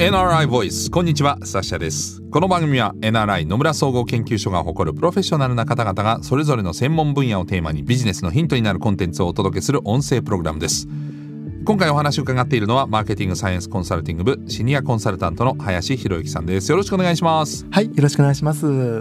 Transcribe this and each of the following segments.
NRI ボイス、こんにちは、サッシャです。この番組は NRI 野村総合研究所が誇るプロフェッショナルな方々がそれぞれの専門分野をテーマにビジネスのヒントになるコンテンツをお届けする音声プログラムです。今回お話を伺っているのはマーケティングサイエンスコンサルティング部シニアコンサルタントの林博之さんです。よろしくお願いします。 はい、よろしくお願いします。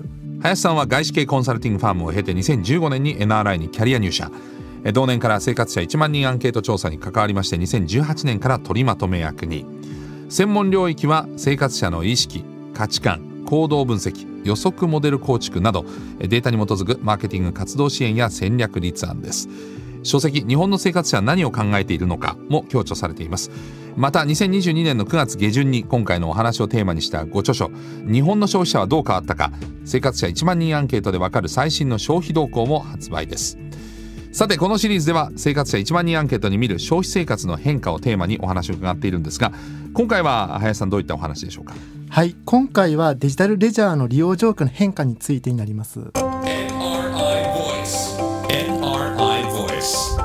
林さんは外資系コンサルティングファームを経て2015年に NRI にキャリア入社、同年から生活者1万人アンケート調査に関わりまして2018年から取りまとめ役に。専門領域は生活者の意識、価値観、行動分析、予測モデル構築などデータに基づくマーケティング活動支援や戦略立案です。書籍日本の生活者は何を考えているのかも強調されています。また2022年の9月下旬に今回のお話をテーマにしたご著書日本の消費者はどう変わったか、生活者1万人アンケートでわかる最新の消費動向も発売です。さてこのシリーズでは生活者1万人アンケートに見る消費生活の変化をテーマにお話を伺っているんですが、今回は林さんどういったお話でしょうか。 はい、今回はデジタルレジャーの利用状況の変化についてになります。 NRI Voice。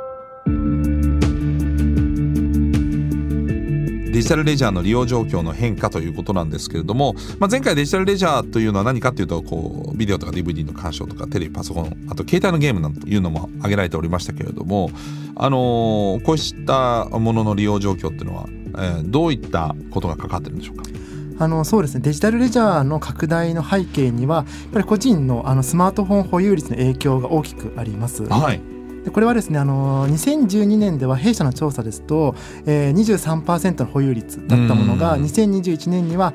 デジタルレジャーの利用状況の変化ということなんですけれども、前回デジタルレジャーというのは何かというとビデオとか DVD の鑑賞とかテレビパソコン、あと携帯のゲームなんていうのも挙げられておりましたけれども、こうしたものの利用状況っていうのは、どういったことが関わってるんでしょうか。 そうですね、デジタルレジャーの拡大の背景にはやっぱり個人のスマートフォン保有率の影響が大きくあります。 はい。 でこれはですね、2012年では弊社の調査ですと、23% の保有率だったものが2021年には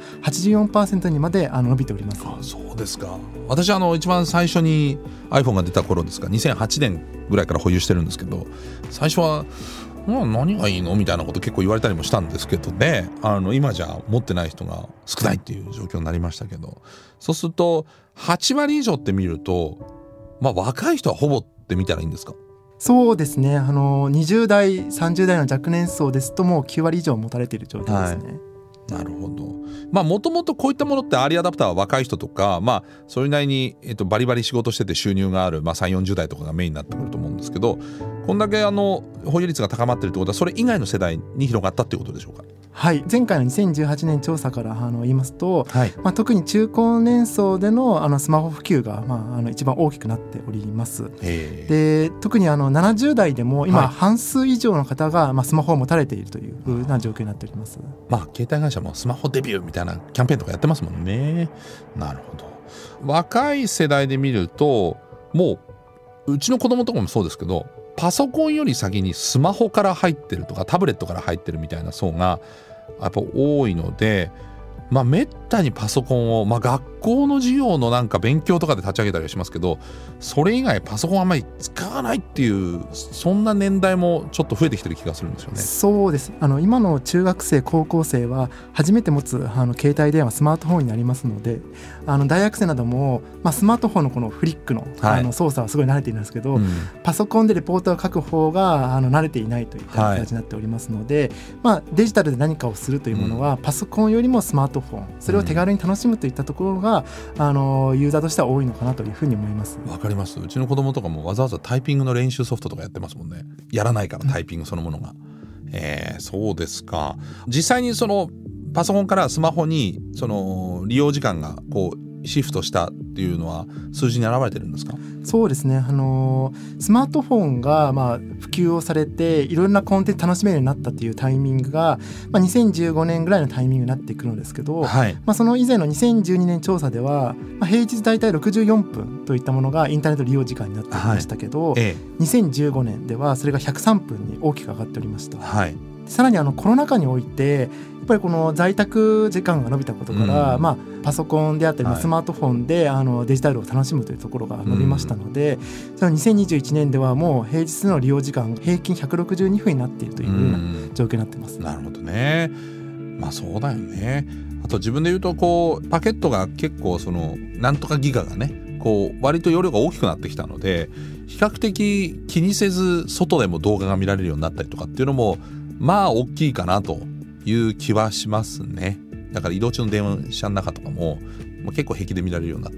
84% にまで伸びております。 あ、そうですか。私一番最初に iPhone が出た頃ですか、2008年ぐらいから保有してるんですけど、最初は何がいいのみたいなこと結構言われたりもしたんですけどね、今じゃ持ってない人が少ないっていう状況になりましたけど、そうすると8割以上って見ると、若い人はほぼって見たらいいんですか。 そうですね、20代30代の若年層ですともう9割以上持たれている状況ですね。 はい、なるほど。もともとこういったものってアーリーアダプターは若い人とか、それなりに、バリバリ仕事してて収入がある、3、40代とかがメインになってくると思うんですけど、こんだけ保有率が高まっているってことはそれ以外の世代に広がったっていうことでしょうか。 はい、前回の2018年調査から言いますと、 はい、 特に中高年層でのスマホ普及が一番大きくなっております。で特に70代でも今半数以上の方がスマホを持たれているというふうな状況になっております。 携帯会社もスマホデビューみたいなキャンペーンとかやってますもんね。なるほど。若い世代で見るともうちの子供とかもそうですけど、パソコンより先にスマホから入ってるとかタブレットから入ってるみたいな層がやっぱ多いので、めったにパソコンを、学校の授業の勉強とかで立ち上げたりはしますけど、それ以外パソコンあんまり使わないっていう、そんな年代もちょっと増えてきてる気がするんですよね。 そうです。今の中学生高校生は初めて持つ携帯電話スマートフォンになりますので、大学生なども、スマートフォンのこのフリックの、操作はすごい慣れているんですけど、パソコンでレポートを書く方が慣れていないといった形になっておりますので、デジタルで何かをするというものは、パソコンよりもスマートフォン、それを手軽に楽しむといったところが、ユーザーとしては多いのかなというふうに思います。 わかります。うちの子供とかもわざわざタイピングの練習ソフトとかやってますもんね。やらないからタイピングそのものが、そうですか。実際にそのパソコンからスマホにその利用時間がシフトしたっていうのは数字に表れてるんですか。 そうですね、スマートフォンが普及をされていろんなコンテンツ楽しめるようになったっていうタイミングが、2015年ぐらいのタイミングになってくるんですけど、その以前の2012年調査では、平日だいたい64分といったものがインターネット利用時間になっていましたけど、2015年ではそれが103分に大きく上がっておりました。さらにコロナ禍においてやっぱりこの在宅時間が伸びたことから、パソコンであったりスマートフォンでデジタルを楽しむというところが伸びましたので、その2021年ではもう平日の利用時間平均162分になっているというような状況になっています。 なるほどね。そうだよね。あと自分で言うとパケットが結構なんとかギガがね割と容量が大きくなってきたので、比較的気にせず外でも動画が見られるようになったりとかっていうのも大きいかなという気はしますね。だから移動中の電車の中とかも結構平気で見られるようになったっていうか、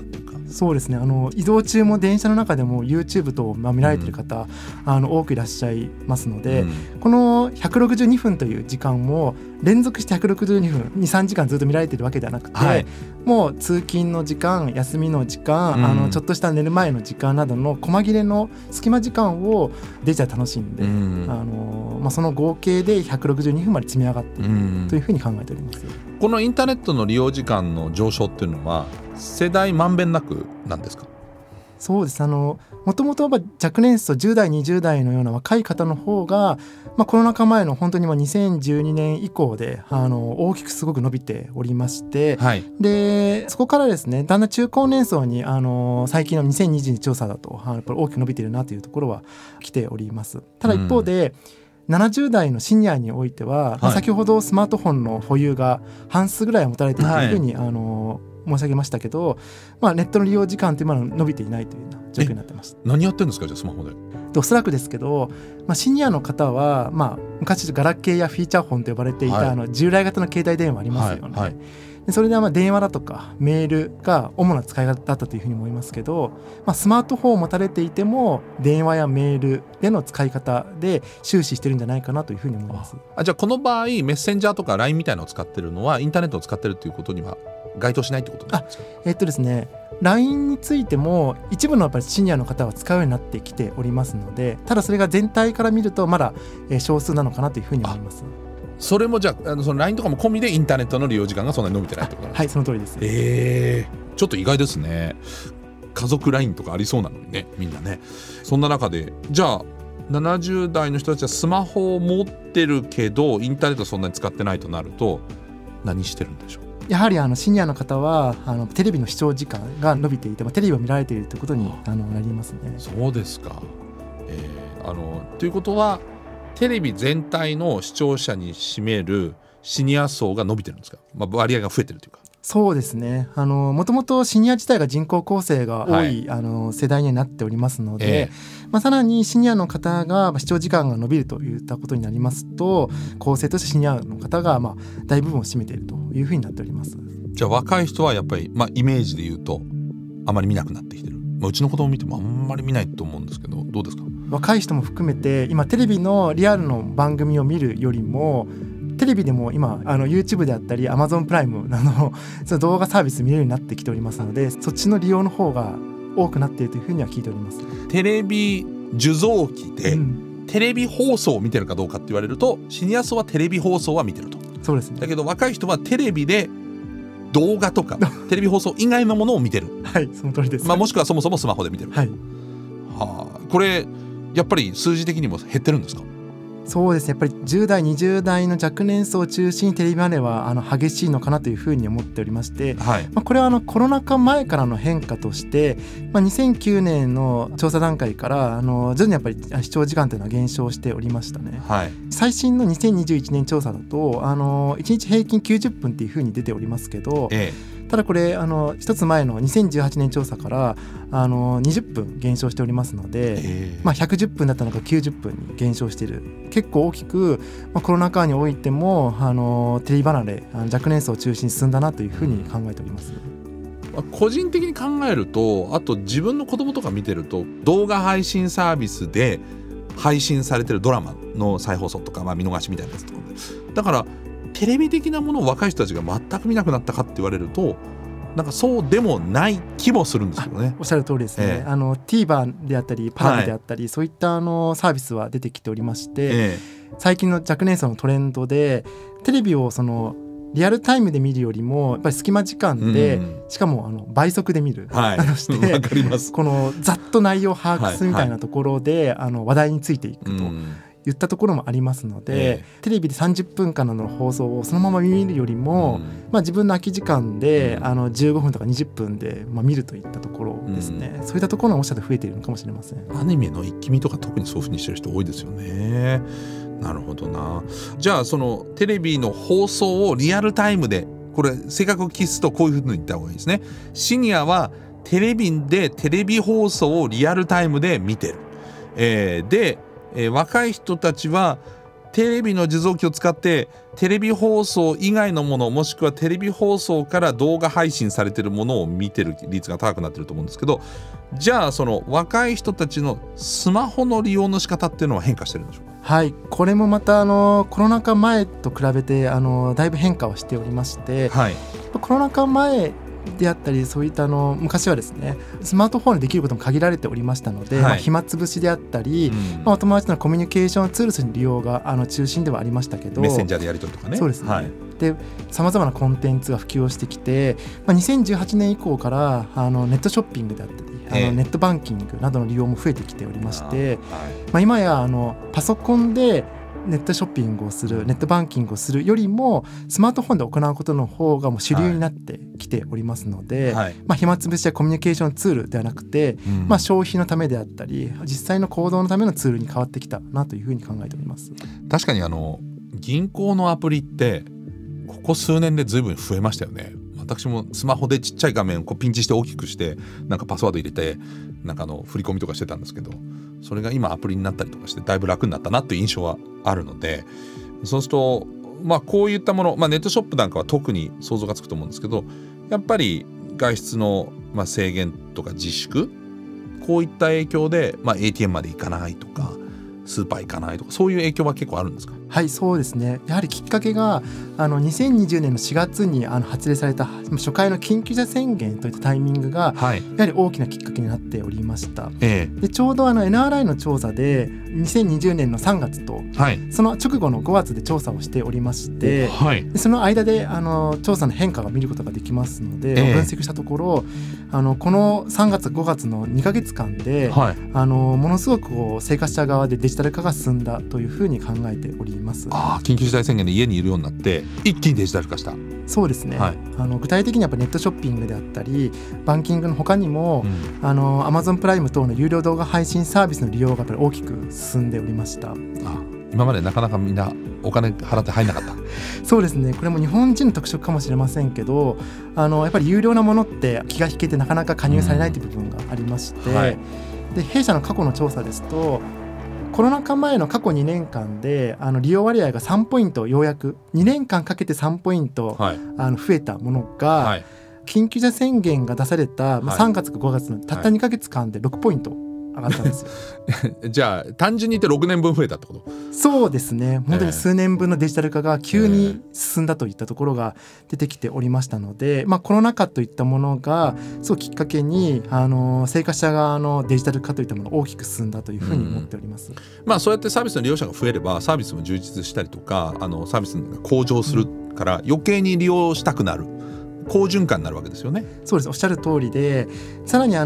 そうですね、移動中も電車の中でも YouTube と見られている方、多くいらっしゃいますので、この162分という時間も連続して162分 2,3 時間ずっと見られているわけではなくて、もう通勤の時間、休みの時間、ちょっとした寝る前の時間などの細切れの隙間時間をデジタル楽しんで、その合計で162分まで積み上がっているというふうに考えております。 このインターネットの利用時間の上昇っていうのは世代まんべんなくなんですか？ そうです。もともと若年層10代20代のような若い方の方が、コロナ禍前の本当に2012年以降で大きくすごく伸びておりまして、でそこからですね、だんだん中高年層に最近の2020年調査だとやっぱり大きく伸びているなというところは来ております。ただ一方で、70代のシニアにおいては、先ほどスマートフォンの保有が半数ぐらいは持たれているというふうに、申し上げましたけど、ネットの利用時間というものは伸びていないというような状況になってました。 何やってるんですか、じゃあスマホで。 おそらくですけど、シニアの方は、昔ガラケーやフィーチャーフォンと呼ばれていた、従来型の携帯電話ありますよね。でそれで電話だとかメールが主な使い方だったというふうに思いますけど、スマートフォンを持たれていても電話やメールでの使い方で終始してるんじゃないかなというふうに思います。 じゃあこの場合メッセンジャーとか LINE みたいなのを使ってるのはインターネットを使ってるということには該当しないってことなんですか？ ですね、LINE についても一部のやっぱりシニアの方は使うようになってきておりますので、ただそれが全体から見るとまだ少数なのかなというふうに思います。 それもじゃあその LINE とかも込みでインターネットの利用時間がそんなに伸びてないってことなんですか？ はい、その通りです。 ちょっと意外ですね。家族 LINE とかありそうなのにね、みんなね。そんな中でじゃあ70代の人たちはスマホを持ってるけどインターネットそんなに使ってないとなると何してるんでしょう？ やはりシニアの方はテレビの視聴時間が伸びていて、テレビを見られているということになりますね。 そうですか。ということはテレビ全体の視聴者に占めるシニア層が伸びてるんですか？割合が増えてるというか。 そうですね、もともとシニア自体が人口構成が多い、世代になっておりますので、さらにシニアの方が視聴時間が伸びるといったことになりますと、構成としてシニアの方が大部分を占めているというふうになっております。 じゃあ若い人はやっぱり、イメージで言うとあまり見なくなってきてる。うちの子供見てもあんまり見ないと思うんですけど、どうですか？ 若い人も含めて今テレビのリアルの番組を見るよりもテレビでも今YouTube であったり Amazon プライムその動画サービス見れるようになってきておりますので、そっちの利用の方が多くなっているというふうには聞いております。 テレビ受像機で、テレビ放送を見てるかどうかって言われるとシニア層はテレビ放送は見てると。 そうですね。 だけど若い人はテレビで動画とかテレビ放送以外のものを見てる。 はい、その通りです。 もしくはそもそもスマホで見てる。これやっぱり数字的にも減ってるんですか？ そうですね、やっぱり10代20代の若年層を中心にテレビ離れは激しいのかなというふうに思っておりまして、これはコロナ禍前からの変化として、2009年の調査段階から徐々にやっぱり視聴時間というのは減少しておりましたね。最新の2021年調査だと1日平均90分っていうふうに出ておりますけど、ただこれ一つ前の2018年調査から20分減少しておりますので、110分だったのが90分に減少している。結構大きく、コロナ禍においてもテレビ離れ若年層を中心に進んだなというふうに考えております。 個人的に考えると、あと自分の子供とか見てると動画配信サービスで配信されてるドラマの再放送とか、見逃しみたいなやつとかだからテレビ的なものを若い人たちが全く見なくなったかって言われるとなんかそうでもない気もするんですけどね。 おっしゃる通りですね。TVer であったりパラビであったり、そういったサービスは出てきておりまして、最近の若年層のトレンドでテレビをリアルタイムで見るよりもやっぱり隙間時間で、しかも倍速で見る、してわかります。 このざっと内容を把握するみたいなところで、話題についていくと言ったところもありますので、テレビで30分間の放送をそのまま見るよりも、自分の空き時間で15分とか20分で見るといったところですね。そういったところがもしかしたら増えているのかもしれません。 アニメの一気見とか特にそういう風にしてる人多いですよね。なるほどな。じゃあそのテレビの放送をリアルタイムで、これ正確を期すとこういう風に言った方がいいですね。シニアはテレビでテレビ放送をリアルタイムで見てる、で若い人たちはテレビの受像機を使ってテレビ放送以外のもの、もしくはテレビ放送から動画配信されているものを見てる率が高くなってると思うんですけど、じゃあその若い人たちのスマホの利用の仕方っていうのは変化してるんでしょうか？ はい、これもまたコロナ禍前と比べてだいぶ変化をしておりまして、はい、コロナ禍前であったり、そういった昔はですね、スマートフォンでできることも限られておりまして、はい、暇つぶしであったり、お友達とのコミュニケーションツールスの利用が中心ではありましたけど、 メッセンジャーでやり取りとかね。 そうですね、 はい、 で様々なコンテンツが普及をしてきて、2018年以降からネットショッピングであったり、ネットバンキングなどの利用も増えてきておりまして、はい、今やパソコンでネットショッピングをする、ネットバンキングをするよりもスマートフォンで行うことの方がもう主流になってきておりますので、はい、暇つぶしやコミュニケーションツールではなくて、消費のためであったり実際の行動のためのツールに変わってきたなというふうに考えております。 確かに銀行のアプリってここ数年で随分増えましたよね。私もスマホでちっちゃい画面をピンチして大きくしてなんかパスワード入れてなんか振り込みとかしてたんですけど、それが今アプリになったりとかしてだいぶ楽になったなという印象はあるので、そうするとこういったもの、ネットショップなんかは特に想像がつくと思うんですけど、やっぱり外出の制限とか自粛、こういった影響でATM まで行かないとかスーパー行かないとか、そういう影響は結構あるんですか？ はい、そうですね。やはりきっかけが2020年の4月に発令された初回の緊急事態宣言といったタイミングが、はい、やはり大きなきっかけになっておりました。でちょうどNRI の調査で2020年の3月と、はい、その直後の5月で調査をしておりまして、はい、でその間で調査の変化が見ることができますので、分析したところこの3月5月の2ヶ月間で、はい、ものすごく生活者側でデジタル化が進んだというふうに考えております。 緊急事態宣言で家にいるようになって一気にデジタル化した。 そうですね、はい、具体的にやっぱネットショッピングであったりバンキングの他にも、Amazon プライム等の有料動画配信サービスの利用がやっぱり大きく進んでおりました。 今までなかなかみんなお金払って入んなかったそうですね、これも日本人の特色かもしれませんけどやっぱり有料なものって気が引けてなかなか加入されないという部分がありまして、はい、で弊社の過去の調査ですとコロナ禍前の過去2年間で利用割合が3ポイント、ようやく2年間かけて3ポイント、はい、増えたものが、はい、緊急事態宣言が出された3月か5月のたった2ヶ月間で6ポイント上がったんですよじゃあ単純に言って6年分増えたってこと？ そうですね、本当に数年分のデジタル化が急に進んだといったところが出てきておりましたので、コロナ禍といったものがそうきっかけに生活者側のデジタル化といったものが大きく進んだというふうに思っております。 そうやってサービスの利用者が増えればサービスも充実したりとかサービスが向上するから余計に利用したくなる、好循環になるわけですよね。 そうです、おっしゃる通りで、さらに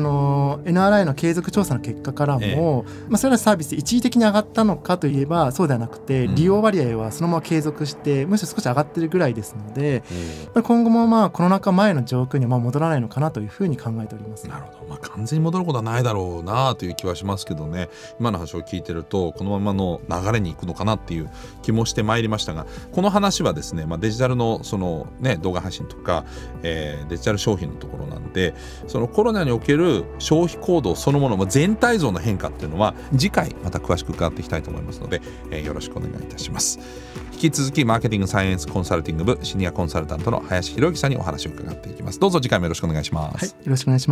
NRI の継続調査の結果からも、それらのサービスで一時的に上がったのかといえばそうではなくて、利用割合はそのまま継続してむしろ少し上がっているぐらいですので、今後もコロナ禍前の状況には戻らないのかなというふうに考えております。 なるほど、完全に戻ることはないだろうなという気はしますけどね。今の話を聞いてるとこのままの流れに行くのかなっていう気もしてまいりましたが、この話はですね、デジタルの動画配信とかデジタル商品のところなんで、そのコロナにおける消費行動そのものも全体像の変化っていうのは次回また詳しく伺っていきたいと思いますので、よろしくお願いいたします。引き続きマーケティングサイエンスコンサルティング部シニアコンサルタントの林博之さんにお話を伺っていきます。どうぞ次回もよろしくお願いします。 はい、よろしくお願いします。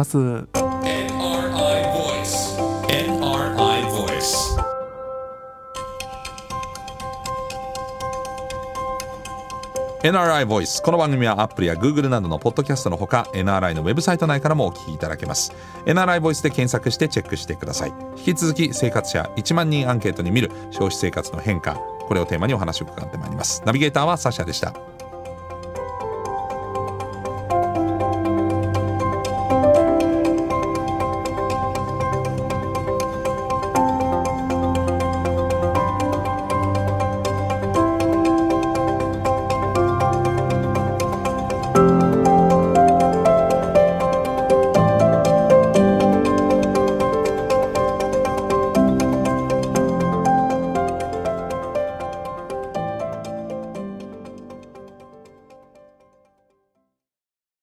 NRI Voice、 この番組はアップルや Google などのポッドキャストのほか NRI のウェブサイト内からもお聞きいただけます。 NRI Voice で検索してチェックしてください。引き続き生活者1万人アンケートに見る消費生活の変化、これをテーマにお話を伺ってまいります。ナビゲーターはサシャでした。